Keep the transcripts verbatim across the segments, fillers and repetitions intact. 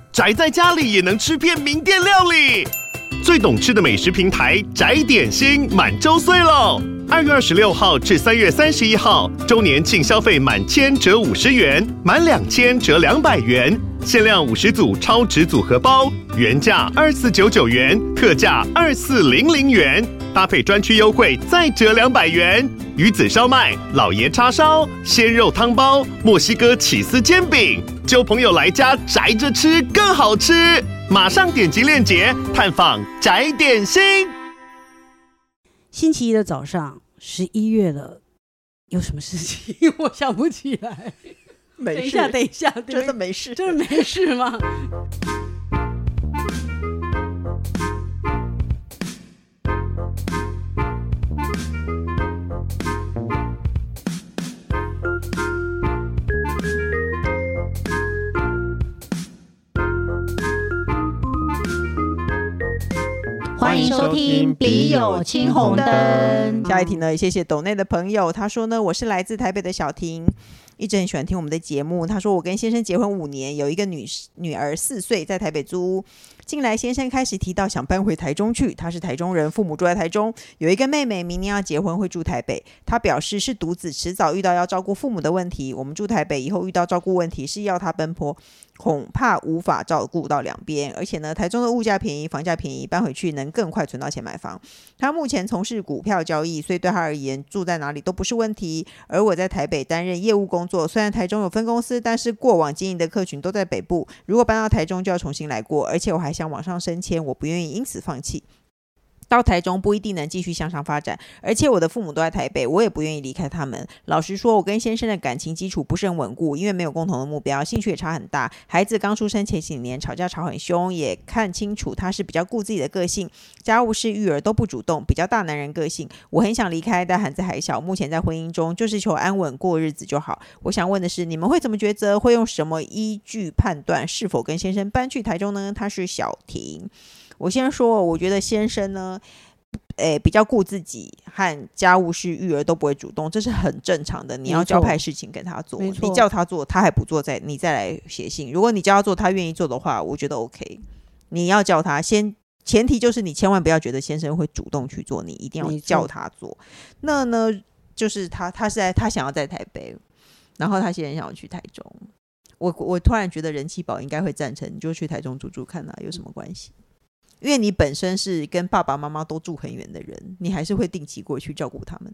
宅在家里也能吃遍名店料理。最懂吃的美食平台宅点心满周岁喽！二月二十六号至三月三十一号，周年庆消费满千折五十元，满两千折两百元，限量五十组超值组合包，原价二四九九元，特价二四零零元，搭配专区优惠再折两百元。鱼子烧麦、老爷叉烧、鲜肉汤包、墨西哥起司煎饼，揪朋友来家宅着吃更好吃。马上点击链接探访宅点心。 星期一的早上，十一月了，有什么事情？我想不起来。 没事， 等一下，等一下， 真的没事， 真的没事吗？ 欢迎收听笔友青红灯。 下一题呢，谢谢斗内的朋友，他说呢，我是来自台北的小婷，一直很喜欢听我们的节目。他说我跟先生结婚五年，有一个女女儿四岁，在台北租屋。近来先生开始提到想搬回台中去，他是台中人，父母住在台中，有一个妹妹明年要结婚，会住台北。他表示是独子，迟早遇到要照顾父母的问题。我们住台北以后遇到照顾问题，是要他奔波，恐怕无法照顾到两边。而且呢，台中的物价便宜，房价便宜，搬回去能更快存到钱买房。他目前从事股票交易，所以对他而言住在哪里都不是问题。而我在台北担任业务工作，虽然台中有分公司，但是过往经营的客群都在北部，如果搬到台中就要重新来过，而且我还想往上升迁，我不愿意因此放弃。到台中不一定能继续向上发展，而且我的父母都在台北，我也不愿意离开他们。老实说，我跟先生的感情基础不是很稳固，因为没有共同的目标，兴趣也差很大。孩子刚出生前几年吵架吵很凶，也看清楚他是比较顾自己的个性，家务事育儿都不主动，比较大男人个性。我很想离开，但孩子还小，目前在婚姻中就是求安稳过日子就好。我想问的是，你们会怎么抉择？会用什么依据判断是否跟先生搬去台中呢？他是小婷。我先说，我觉得先生呢，诶，比较顾自己和家务事育儿都不会主动，这是很正常的。你要交派事情给他做，你叫他做，他还不做，再你再来写信。如果你叫他做，他愿意做的话，我觉得 OK。你要叫他先，前提就是你千万不要觉得先生会主动去做，你一定要叫他做。那呢，就是他他是在他想要在台北，然后他现在想要去台中。我我突然觉得人气宝应该会赞成，你就去台中住住看啊，有什么关系？因为你本身是跟爸爸妈妈都住很远的人，你还是会定期过去照顾他们。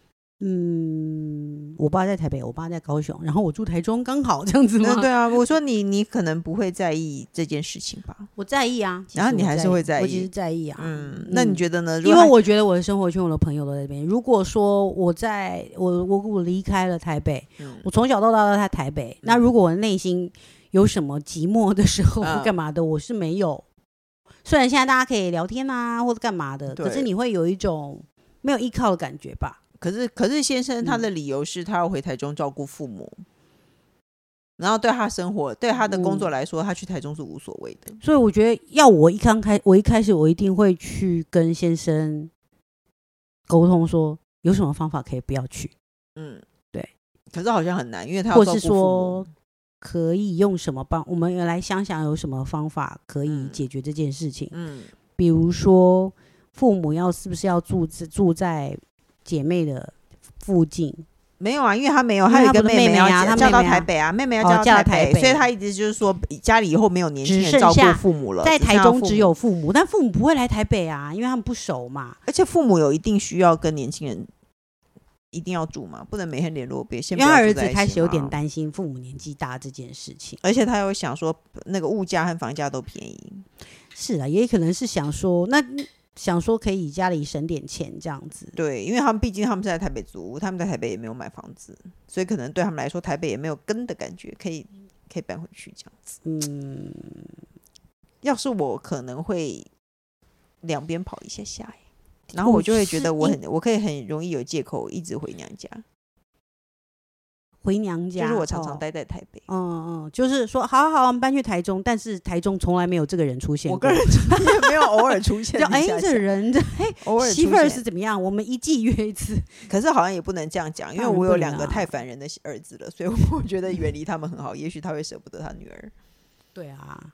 嗯，我爸在台北，我爸在高雄，然后我住台中，刚好这样子吗？ 对啊，我说你你可能不会在意这件事情吧？ 我在意啊， 然后你还是会在意， 我其实在意啊。 嗯，那你觉得呢？ 因为我觉得我的生活圈，我的朋友都在这边。如果说我在我我我离开了台北，嗯、我从小到大都在台北，嗯、那如果我内心有什么寂寞的时候或干嘛的，嗯、我是没有。虽然现在大家可以聊天啊，或者干嘛的，可是你会有一种没有依靠的感觉吧？ 可是，可是先生他的理由是他要回台中照顾父母，嗯、然后对他生活、对他的工作来说，嗯、他去台中是无所谓的。 所以我觉得，要我一刚开，我一开始我一定会去跟先生沟通，说有什么方法可以不要去。嗯，对。 可是好像很难，因为他要照顾父母。 或是说可以用什么帮我们来想想有什么方法可以解决这件事情。嗯，比如说父母要是不是要住住在姐妹的附近？没有啊，因为他没有，他有一个妹妹要嫁到台北啊，妹妹要嫁到台北，哦、所以他一直就是说家里以后没有年轻人照顾父母了， 在台中只有父母，但父母不会来台北啊，因为他们不熟嘛， 而且父母有一定需要跟年轻人一定要住嘛，不能每天联络，别先不因为他儿子开始有点担心父母年纪大这件事情， 而且他又想说那个物价和房价都便宜， 是啊，也可能是想说那。想说可以家里省点钱这样子， 对，因为他们毕竟他们是在台北租屋，他们在台北也没有买房子，所以可能对他们来说台北也没有根的感觉，可以可以搬回去这样子。嗯，要是我可能会两边跑一下下，然后我就会觉得我很我可以很容易有借口一直回娘家。 回娘家， 就是我常常待在台北。 哦、嗯嗯，就是说，好好好，我们搬去台中，但是台中从来没有这个人出现过。 我个人也没有偶尔出现。 就哎，这人，哎，偶尔媳妇儿是怎么样？我们一季约一次。 可是好像也不能这样讲，因为我有两个太烦人的儿子了，所以我觉得远离他们很好。也许他会舍不得他女儿。 对啊，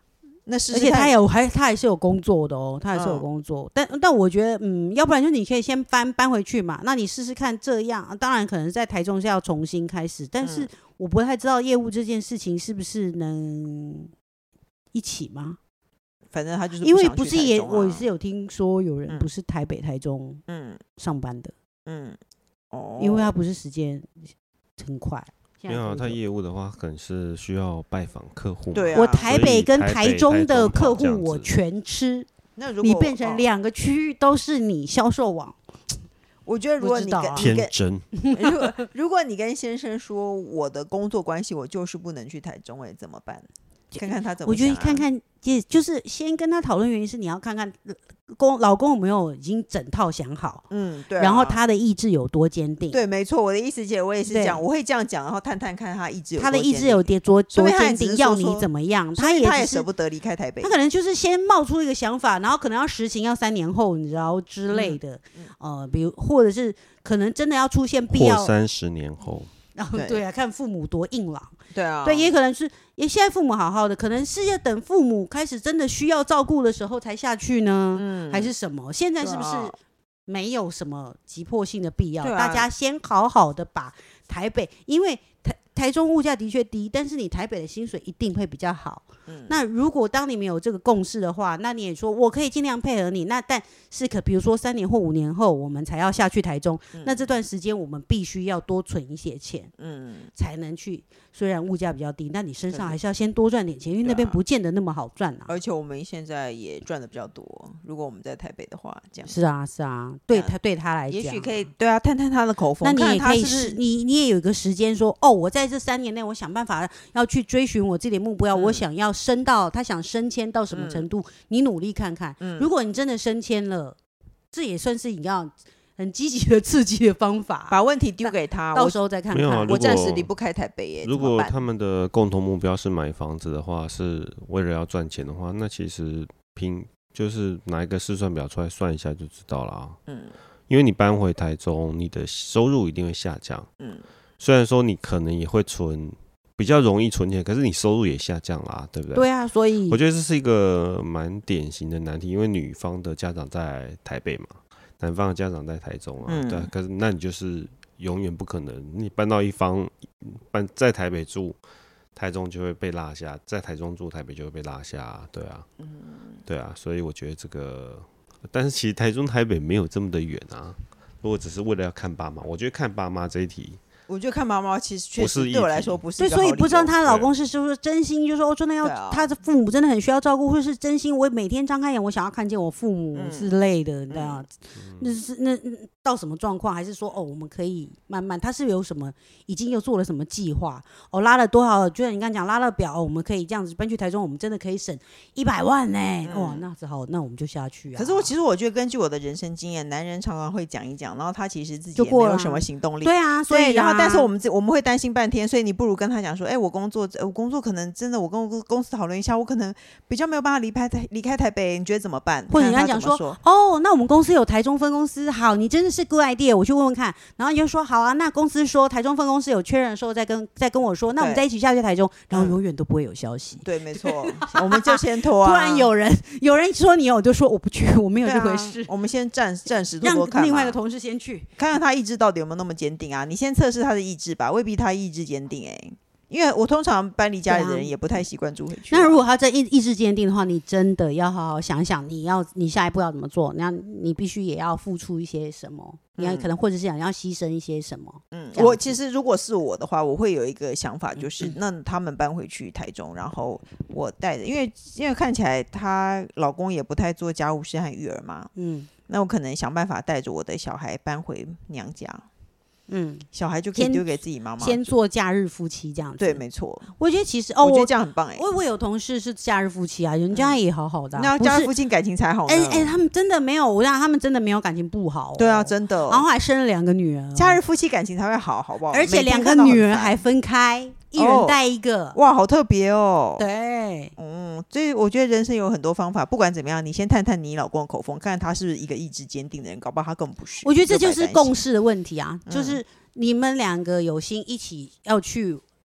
那试试而且他有还他还是有工作的哦，他还是有工作。嗯、但但我觉得，嗯，要不然就你可以先搬搬回去嘛。那你试试看这样，当然可能在台中是要重新开始，但是我不太知道业务这件事情是不是能一起吗？ 反正他就是不因为想去不是也， 台中啊我也是有听说有人不是台北、台中嗯上班的， 嗯哦， 因为他不是时间很快。 没有，他业务的话可能是需要拜访客户。 对啊， 我台北跟台中的客户我全吃。 那如果你变成两个区域都是你销售网， 我觉得如果你跟、啊、 天真， 如果如果你跟先生说我的工作关系我就是不能去台中，哎，怎么办？看看他怎么想、啊。 我觉得看看，就是先跟他讨论原因是你要看看公老公有没有已经整套想好， 嗯，对、啊， 然后他的意志有多坚定。 对，没错，我的意思姐，我也是讲，我会这样讲，然后探探看他意志有多他的意志有多多坚定，要你怎么样？ 他也他也舍不得离开台北， 他可能就是先冒出一个想法，然后可能要实行要三年后，你知道之类的，嗯嗯、呃，比如或者是可能真的要出现必要或三十年后。 然后对啊，看父母多硬朗， 对啊， 对，也可能是也现在父母好好的，可能是要等父母开始真的需要照顾的时候才下去呢，嗯，还是什么？现在是不是没有什么急迫性的必要？啊、大家先好好的把台北，因为台台中物价的确低，但是你台北的薪水一定会比较好。嗯、那如果当你们有这个共识的话，那你也说我可以尽量配合你。那但是可比如说三年或五年后我们才要下去台中，嗯、那这段时间我们必须要多存一些钱，嗯，才能去。虽然物价比较低，但你身上还是要先多赚点钱，因为那边不见得那么好赚啊。 而且我们现在也赚的比较多，如果我们在台北的话，这样是啊是啊，对他对他来讲， 也许可以对啊，探探他的口风。 那你也可以是是你你也有一个时间说，哦，我在这三年内，我想办法要去追寻我自己的目标，嗯、我想要升到他想升迁到什么程度，嗯、你努力看看。嗯、如果你真的升迁了，这也算是你要很积极的刺激的方法， 把问题丢给他， 到时候再看看。 啊、 我暂时离不开台北耶。 如果他们的共同目标是买房子的话，是为了要赚钱的话，那其实拼就是拿一个试算表出来算一下就知道了。嗯，因为你搬回台中，你的收入一定会下降。嗯，虽然说你可能也会存，比较容易存钱，可是你收入也下降啦，对不对？ 对啊，所以我觉得这是一个蛮典型的难题，因为女方的家长在台北嘛。男方的家长在台中啊，嗯、对，可是那你就是永远不可能，你搬到一方，搬在台北住，台中就会被落下；在台中住，台北就会被落下、啊，对啊，嗯、对啊，所以我觉得这个，但是其实台中台北没有这么的远啊。如果只是为了要看爸妈，我觉得看爸妈这一题。 我觉得看妈妈其实确实对我来说不是一个对，所以不知道她老公是是不是真心，就是说真的要她的父母真的很需要照顾，或是真心我每天张开眼我想要看见我父母之类的，这样子，那是那到什么状况？还是说哦，我们可以慢慢，他是有什么已经又做了什么计划？哦，拉了多少？就像你刚讲拉了表，我们可以这样子搬去台中，我们真的可以省一百万呢、欸！哇、嗯，那只好那我们就下去啊。 可是我其实我觉得根据我的人生经验，男人常常会讲一讲，然后他其实自己也没有什么行动力。 对啊，所以然后但是我们我们会担心半天，所以你不如跟他讲说，哎、欸，我工作我工作可能真的，我跟我公司讨论一下，我可能比较没有办法离开台离开台北，你觉得怎么办？ 或者你跟他讲说，哦，那我们公司有台中分公司，好，你真的是 good idea， 我去问问看。然后你就说好啊，那公司说台中分公司有缺人的时候再跟再跟我说，那我们再一起下去台中，然后永远都不会有消息。 对，没错，我们就先拖啊。 突然有人有人说你有，我就说我不去，我没有这回事。 啊、我们先暂暂时多多看， 让另外一个同事先去看看他意志到底有没有那么坚定啊？你先测试他的意志吧，未必他意志坚定哎、欸。因为我通常搬离家里的人也不太习惯住回去、啊。 那如果他真意意志坚定的话，你真的要好好想想，你要你下一步要怎么做？那你必须也要付出一些什么？你要可能或者是想要牺牲一些什么？嗯， 我其实如果是我的话，我会有一个想法，就是、嗯、那他们搬回去台中，然后我带着，因为因为看起来她老公也不太做家务事和育儿嘛，嗯，那我可能想办法带着我的小孩搬回娘家。嗯，小孩就可以丢给自己妈妈， 先做假日夫妻这样子。 对，没错。 我觉得其实哦， 我觉得这样很棒哎、欸。 我我有同事是假日夫妻啊，人家也好好的、啊。 那、嗯、假日夫妻感情才好呢。 哎哎、欸欸，他们真的没有，我让他们真的没有感情不好、哦。 对啊，真的。 然后还生了两个女儿， 假日夫妻感情才会好，好不好？ 而且两个女儿还分开，一人带一个。 哦、哇，好特别哦。 对， 嗯，所以我觉得人生有很多方法，不管怎么样，你先探探你老公的口风，看看他是不是一个意志坚定的人，搞不好他根本不是。 我觉得这就是共识的问题啊，就是。你们两个有心一起要去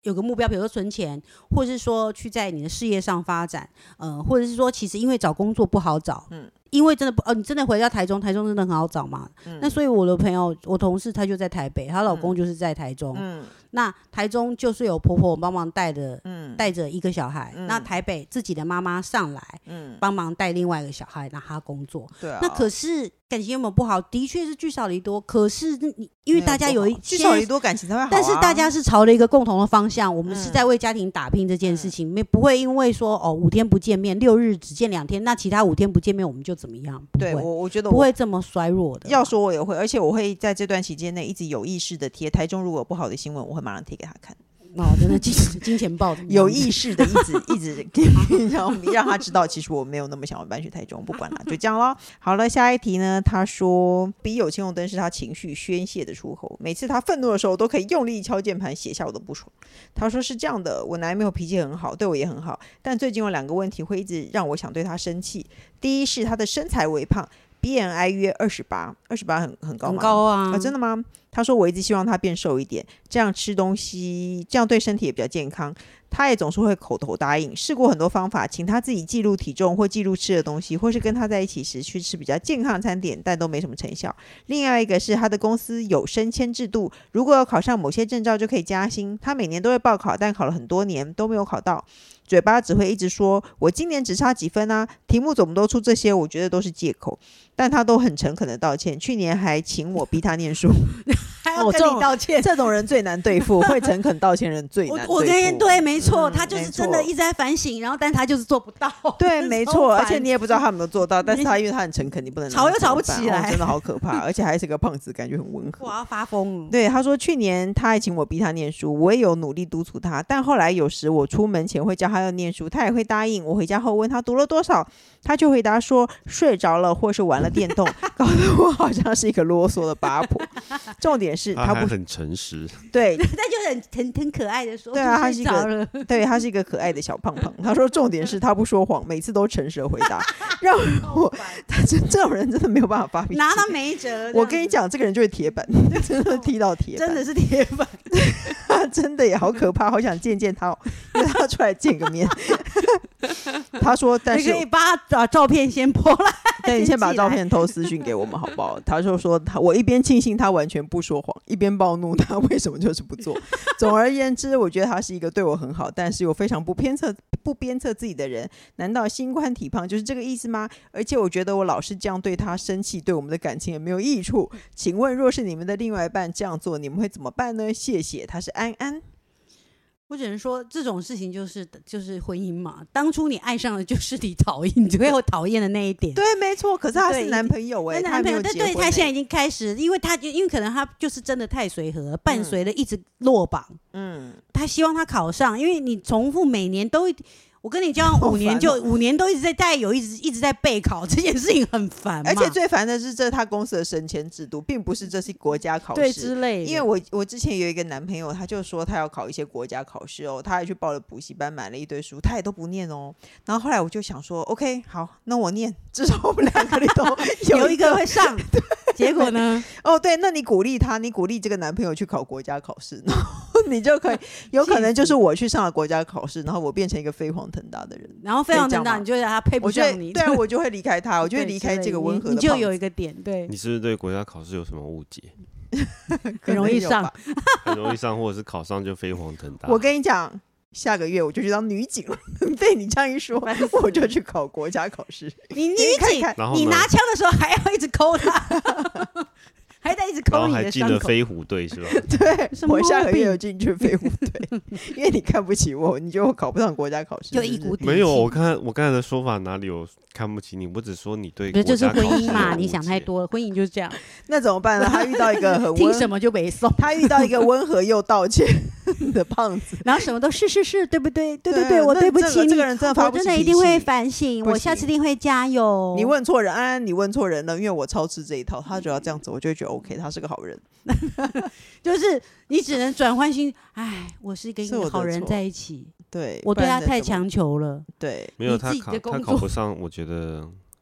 有个目标，比如说存钱，或者是说去在你的事业上发展，呃，或者是说其实因为找工作不好找，嗯，因为真的不，呃，你真的回到台中，台中真的很好找嘛，嗯，那所以我的朋友，我同事她就在台北，她老公就是在台中，嗯，那台中就是有婆婆帮忙带的，嗯，带着一个小孩，嗯，那台北自己的妈妈上来，嗯，帮忙带另外一个小孩，让他工作，对啊，那可是感情有没有不好？的确是聚少离多，可是你因为大家有一聚少离多感情才会好，啊， 但是大家是朝着一个共同的方向，我们是在为家庭打拼这件事情，没，嗯，不会因为说哦五天不见面，六日只见两天，那其他五天不见面我们就怎么样？ 对，我我觉得不会这么衰弱的。 要说我也会，而且我会在这段期间内一直有意识的贴台中如果有不好的新闻，我会马上贴给他看。 哦，真的金金钱豹有意识的一直一直让让他知道，其实我没有那么想要搬去台中，不管了，就这样咯。好了，下一题呢？他说，笔友青红灯是他情绪宣泄的出口，每次他愤怒的时候，都可以用力敲键盘，写下我的不爽。他说是这样的，我男朋友脾气很好，对我也很好，但最近有两个问题会一直让我想对他生气。第一是他的身材微胖。B M I 约二十八，二十八很很高吗？ 很高啊！ 啊，真的吗？他说我一直希望他变瘦一点，这样吃东西，这样对身体也比较健康。他也总是会口头答应，试过很多方法，请他自己记录体重或记录吃的东西，或是跟他在一起时去吃比较健康的餐点，但都没什么成效。另外一个是他的公司有升迁制度，如果有考上某些证照就可以加薪，他每年都会报考，但考了很多年都没有考到，嘴巴只会一直说我今年只差几分啊，题目怎么都出这些，我觉得都是借口，但他都很诚恳的道歉，去年还请我逼他念书还要跟你道歉， 哦，这, 这种人最难对付，会诚恳道歉人最难对付。我, 我跟你对，没错，嗯，他就是真的一直在反省，然后但他就是做不到。 对，没错，而且你也不知道他有没有做到，但是他因为他很诚恳，你不能吵又吵不起来， 哦，真的好可怕，而且还是个胖子，感觉很温和。 我要发疯。 对，他说去年他还请我逼他念书，我也有努力督促他，但后来有时我出门前会叫他要念书，他也会答应。我回家后问他读了多少，他就回答说睡着了或是玩了电动，搞得我好像是一个啰嗦的八婆。重点是他不他很诚实， 对， 他就很很很可爱的说， 对啊，他是一个，对，他是一个可爱的小胖胖。他说重点是他不说谎，每次都诚实的回答，让我他这这种人真的没有办法发脾气， 拿他没辙。 我跟你讲，这个人就是铁板，真的踢到铁板， 真的是铁板， 真的也好可怕，好想见见他，约他出来见个面。他说，但是你可以把他照片先播来， 对，你先把照片偷私讯给我们好不好？他就说他，我一边庆幸他完全不说谎，一边暴怒他为什么就是不做。总而言之，我觉得他是一个对我很好，但是又非常不鞭策不鞭策自己的人。难道心宽体胖就是这个意思吗？而且我觉得我老是这样对他生气，对我们的感情也没有益处。请问，若是你们的另外一半这样做，你们会怎么办呢？谢谢。他是安安。 我只能说这种事情就是就是婚姻嘛，当初你爱上的就是你讨厌，你只会有讨厌的那一点。 对，没错。可是他是男朋友哎，欸，他没有结婚， 对，他现在已经开始，因为他因为可能他就是真的太随和了，伴随了一直落榜。嗯，他希望他考上，因为你重复每年都。我跟你交往五年就，就五年都一直在带有一直一直在备考，这件事情很烦嘛。 而且最烦的是，这是他公司的升迁制度，并不是这是国家考试对之类的。 因为我我之前有一个男朋友，他就说他要考一些国家考试哦，他还去报了补习班，买了一堆书，他也都不念哦。然后后来我就想说 ，OK， 好，那我念，至少我们两个里头有, 有一个会上。结果呢？ 哦，对，那你鼓励他，你鼓励这个男朋友去考国家考试，然后你就可以，有可能就是我去上了国家考试，然后我变成一个飞黄腾达的人， 然后飞黄腾达，你就让他配不上你， 对啊，我就会离开他，我就会离开这个温和的， 你就有一个点，对。 你是不是对国家考试有什么误解？ 很容易上， 很容易上，或者是考上就飞黄腾达。 我跟你讲。下个月我就去当女警了，被你这样一说，我就去考国家考试。 你女警，你拿枪的时候还要一直抠他，还在一直抠你的伤口。 然后还进了飞虎队是吧？ 对，我下个月有进去飞虎队，因为你看不起我，你觉得我考不上国家考试， 就一股底气。 没有，我看我刚才的说法哪里有看不起你？我只说你对国家考试有误解。 就是婚姻嘛，你想太多了，婚姻就是这样。 那怎么办呢？他遇到一个很温听什么就没送， 他遇到一个温和又道歉的胖子， 然后什么都是是是，对不对？对对对，我对不起你， 这个人真的发不起脾气， 我真的一定会反省，我下次一定会加油。 你问错人，安安，你问错人了，因为我超吃这一套，他只要这样子，我就会觉得 OK， 他是个好人。 就是你只能转换心，哎，我是跟一个好人在一起， 对， 我对他太强求了， 对， 没有他考他考不上，我觉得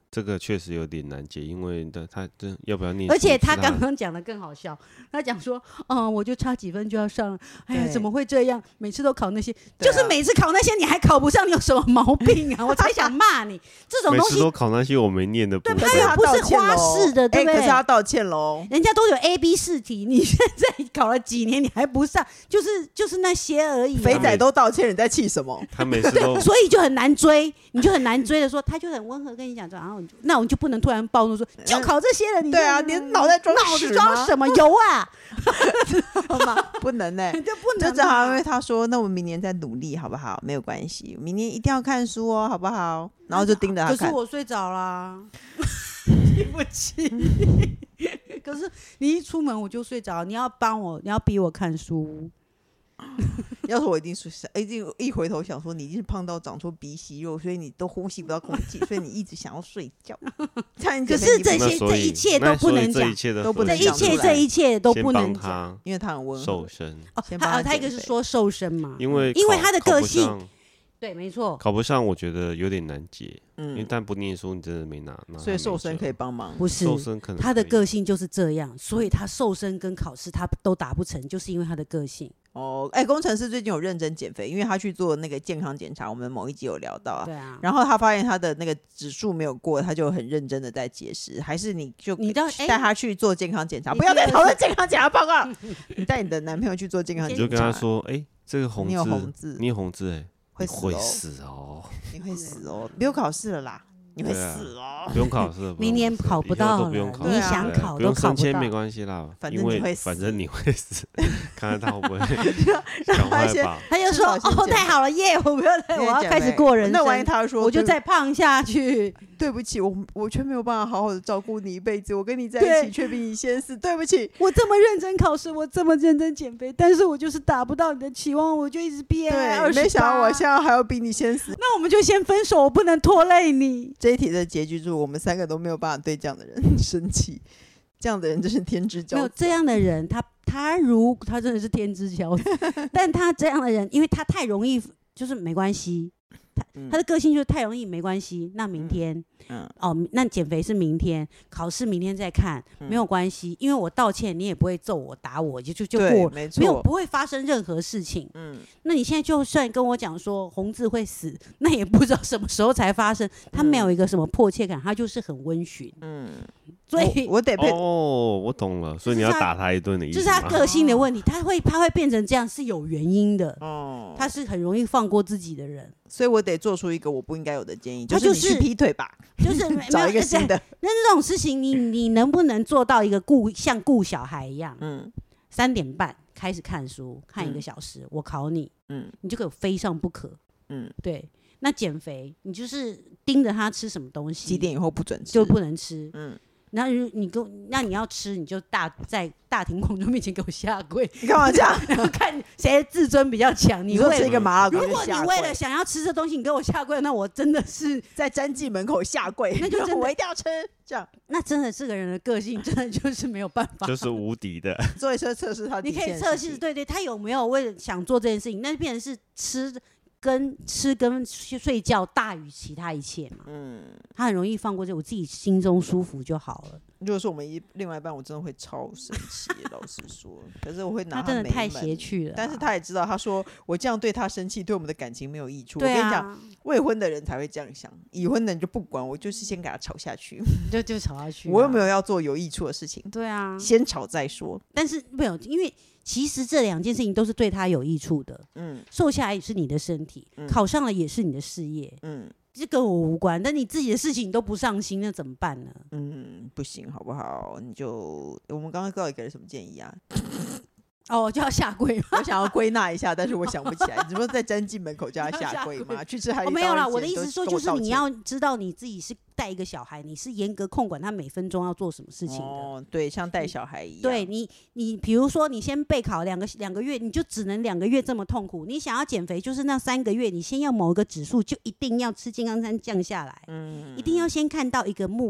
这个确实有点难解，因为他他这要不要念？ 而且他刚刚讲的更好笑，他讲说，嗯，我就差几分就要上了，哎呀，怎么会这样？每次都考那些，啊、就是每次考那些你还考不上，你有什么毛病啊？我才想骂你，这种东西。 每次都考那些我没念的部分， 对，他又不是花式的，对不对？ 可是他道歉喽， 人家都有 A B 试题，你现在考了几年你还不上，就是就是那些而已、啊。 肥仔都道歉，你在气什么？ 他每次都， 所以就很难追，你就很难追的说，他就很温和跟你讲，然后那我们就不能突然暴怒说，就考这些了，你对啊，你脑袋装脑子装什么油啊？ 好吗？不能呢、欸， 就不能、啊。 就正好因为他说，那我们明年再努力好不好？没有关系，明年一定要看书哦，好不好？然后就盯着他看。 可是我睡着啦，对不起。可是你一出门我就睡着，你要帮我，你要逼我看书。 要是我一定是一定一回头想说，你一定是胖到长出鼻息肉，所以你都呼吸不到空气，所以你一直想要睡觉。 可是这些这一切都不能讲， 都不能讲，这一切这一切都不能讲， 因为他很温和。 瘦身哦，他他一个是说瘦身嘛， 因为因为他的个性。对，没错， 考不上我觉得有点难解， 嗯， 因为但不念书你真的没拿， 所以瘦身可以帮忙。 不是， 瘦身可能他的个性就是这样，所以他瘦身跟考试他都达不成，就是因为他的个性。 哦，哎、欸，工程师最近有认真减肥，因为他去做那个健康检查，我们某一集有聊到啊。 对啊。 然后他发现他的那个指数没有过，他就很认真的在节食。还是你就你带他去做健康检查，不要再讨论健康检查报告。你带你的男朋友去做健康检查， 你就跟他说，哎、欸，这个红字， 你有红字， 你有红字、欸，哎。 会死哦！ 你会死哦！不用考试了啦，你会死哦！ 不用考试， 明年考不到了，你想考都考不到， 没关系啦， 反正你会死， 反正你会死，看看他会不会赶快把。 他就说：“哦，太好了，耶！我不要，我要开始过人生。 那万一他说， 我就再胖下去。 对不起，我我却没有办法好好的照顾你一辈子，我跟你在一起却比你先死，对不起。 我这么认真考试，我这么认真减肥，但是我就是达不到你的期望，我就一直 B M I 二十八。 没想到我现在还要比你先死， 那我们就先分手，我不能拖累你。 这一题的结局就是我们三个都没有办法对这样的人生气，这样的人真是天之骄子。 没有这样的人，他他如他真的是天之骄子，但他这样的人，因为他太容易，就是没关系。他, 他的个性就是太容易，没关系。那明天，嗯，嗯哦，那减肥是明天，考试明天再看，嗯、没有关系，因为我道歉，你也不会揍我、打我，就就就过， 没错， 没有不会发生任何事情。嗯，那你现在就算跟我讲说红字会死，那也不知道什么时候才发生，他没有一个什么迫切感，他就是很温驯。嗯，所以我, 我得配哦，我懂了，所以你要打他一顿的意思， 就是他个性的问题，他会他会变成这样是有原因的。哦，他是很容易放过自己的人。 所以我得做出一个我不应该有的建议，就是你去劈腿吧， 就是找一个新的。 那这种事情你，你你能不能做到一个顾像顾小孩一样？嗯，三点半开始看书，看一个小时，嗯、我考你，嗯，你就给我非上不可，嗯，对。那减肥，你就是盯着他吃什么东西， 几点以后不准吃， 就不能吃，嗯。那你跟那你要吃，你就大在大庭广众面前给我下跪， 你干嘛这样？ 然后看谁的自尊比较强。你说吃一个麻辣锅， 如果你为了想要吃这东西，你给我下跪，那我真的是在詹记门口下跪， 那就真的我一定要吃。这样， 那真的这个人的个性，真的就是没有办法， 就是无敌的。 做一次测试他， 你可以测试，对对，他有没有为了想做这件事情，那就变成是吃。跟吃跟睡觉大于其他一切嘛，嗯，他很容易放过这，我自己心中舒服就好了。 如果说我们一另外一半，我真的会超生气，老实说，可是我会拿他真的太邪趣了。 但是他也知道，他说我这样对他生气，对我们的感情没有益处。啊、我跟你讲，未婚的人才会这样想，已婚的人就不管，我就是先给他吵下去， 就就吵下去、啊。 我又没有要做有益处的事情， 对啊， 先吵再说。 但是没有，因为。其实这两件事情都是对他有益处的。嗯，瘦下来也是你的身体，嗯、考上了也是你的事业。嗯，这跟我无关。但你自己的事情你都不上心，那怎么办呢？ 嗯，不行，好不好？你就我们刚刚到底给了什么建议啊？ 哦，就要下跪吗？ 我想要归纳一下，但是我想不起来。你说在詹记门口叫他下跪吗？去吃海底捞、哦、 没有啦，我的意思说就是你要知道你自己是带一个小孩，你是严格控管他每分钟要做什么事情的。 哦，对，像带小孩一样。 对你，你比如说你先备考两个两个月，你就只能两个月这么痛苦。你想要减肥，就是那三个月，你先要某一个指数就一定要吃健康餐降下来。嗯，一定要先看到一个目。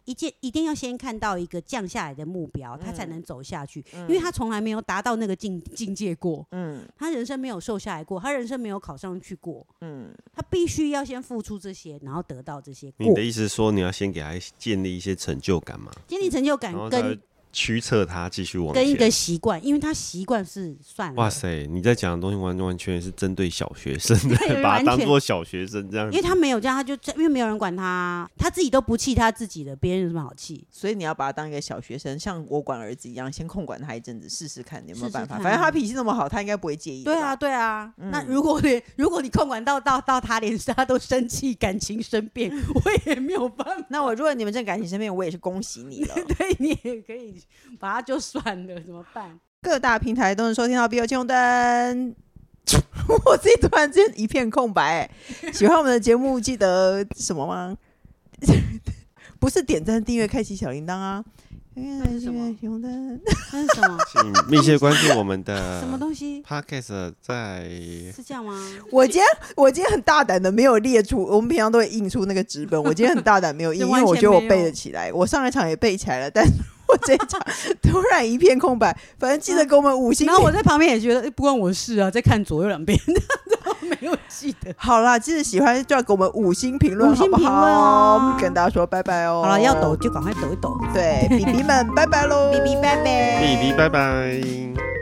一件一定要先看到一个降下来的目标，他才能走下去， 嗯、 因为他从来没有达到那个境境界过， 嗯， 他人生没有瘦下来过，他人生没有考上去过， 嗯， 他必须要先付出这些，然后得到这些过。 你的意思是说，你要先给他建立一些成就感嘛？ 建立成就感跟驱策他继续往前， 跟一个习惯，因为他习惯是算了。 哇塞，你在讲的东西完完全是针对小学生的，把他当做小学生这样子。 因为他没有这样，他就因为没有人管他，他自己都不气他自己的，别人有什么好气？ 所以你要把他当一个小学生，像我管儿子一样，先控管他一阵子，试试看你有没有办法。 试试反正他脾气那么好，他应该不会介意。 对啊，对啊。 嗯、 那如果你如果你控管到到到他连他都生气，感情生变，我也没有办法。 那我如果你们正感情生变，我也是恭喜你了。 对，你也可以把他就算了，怎么办？ 各大平台都能收听到《笔友青红灯》。我自己突然之间一片空白。喜欢我们的节目，记得什么吗？不是点赞、订阅、开启小铃铛啊！ 那是什么？ 青红灯， 那是什么？ 请密切关注我们的什么东西 Podcast， 在是这样吗？ 我今天我今天很大胆的没有列出，我们平常都会印出那个纸本，我今天很大胆没有印，因为我觉得我背得起来。我上一场也背起来了，但是我这一场突然一片空白。反正记得给我们五星。 然后我在旁边也觉得、欸、不关我事啊，在看左右两边，没有记得。 好啦，记得喜欢就要给我们五星评论， 五星评论哦。 哦， 跟大家说拜拜哦。 好了，要抖就赶快抖一抖。 对，比比们拜拜喽， 比比拜拜， 比比拜拜。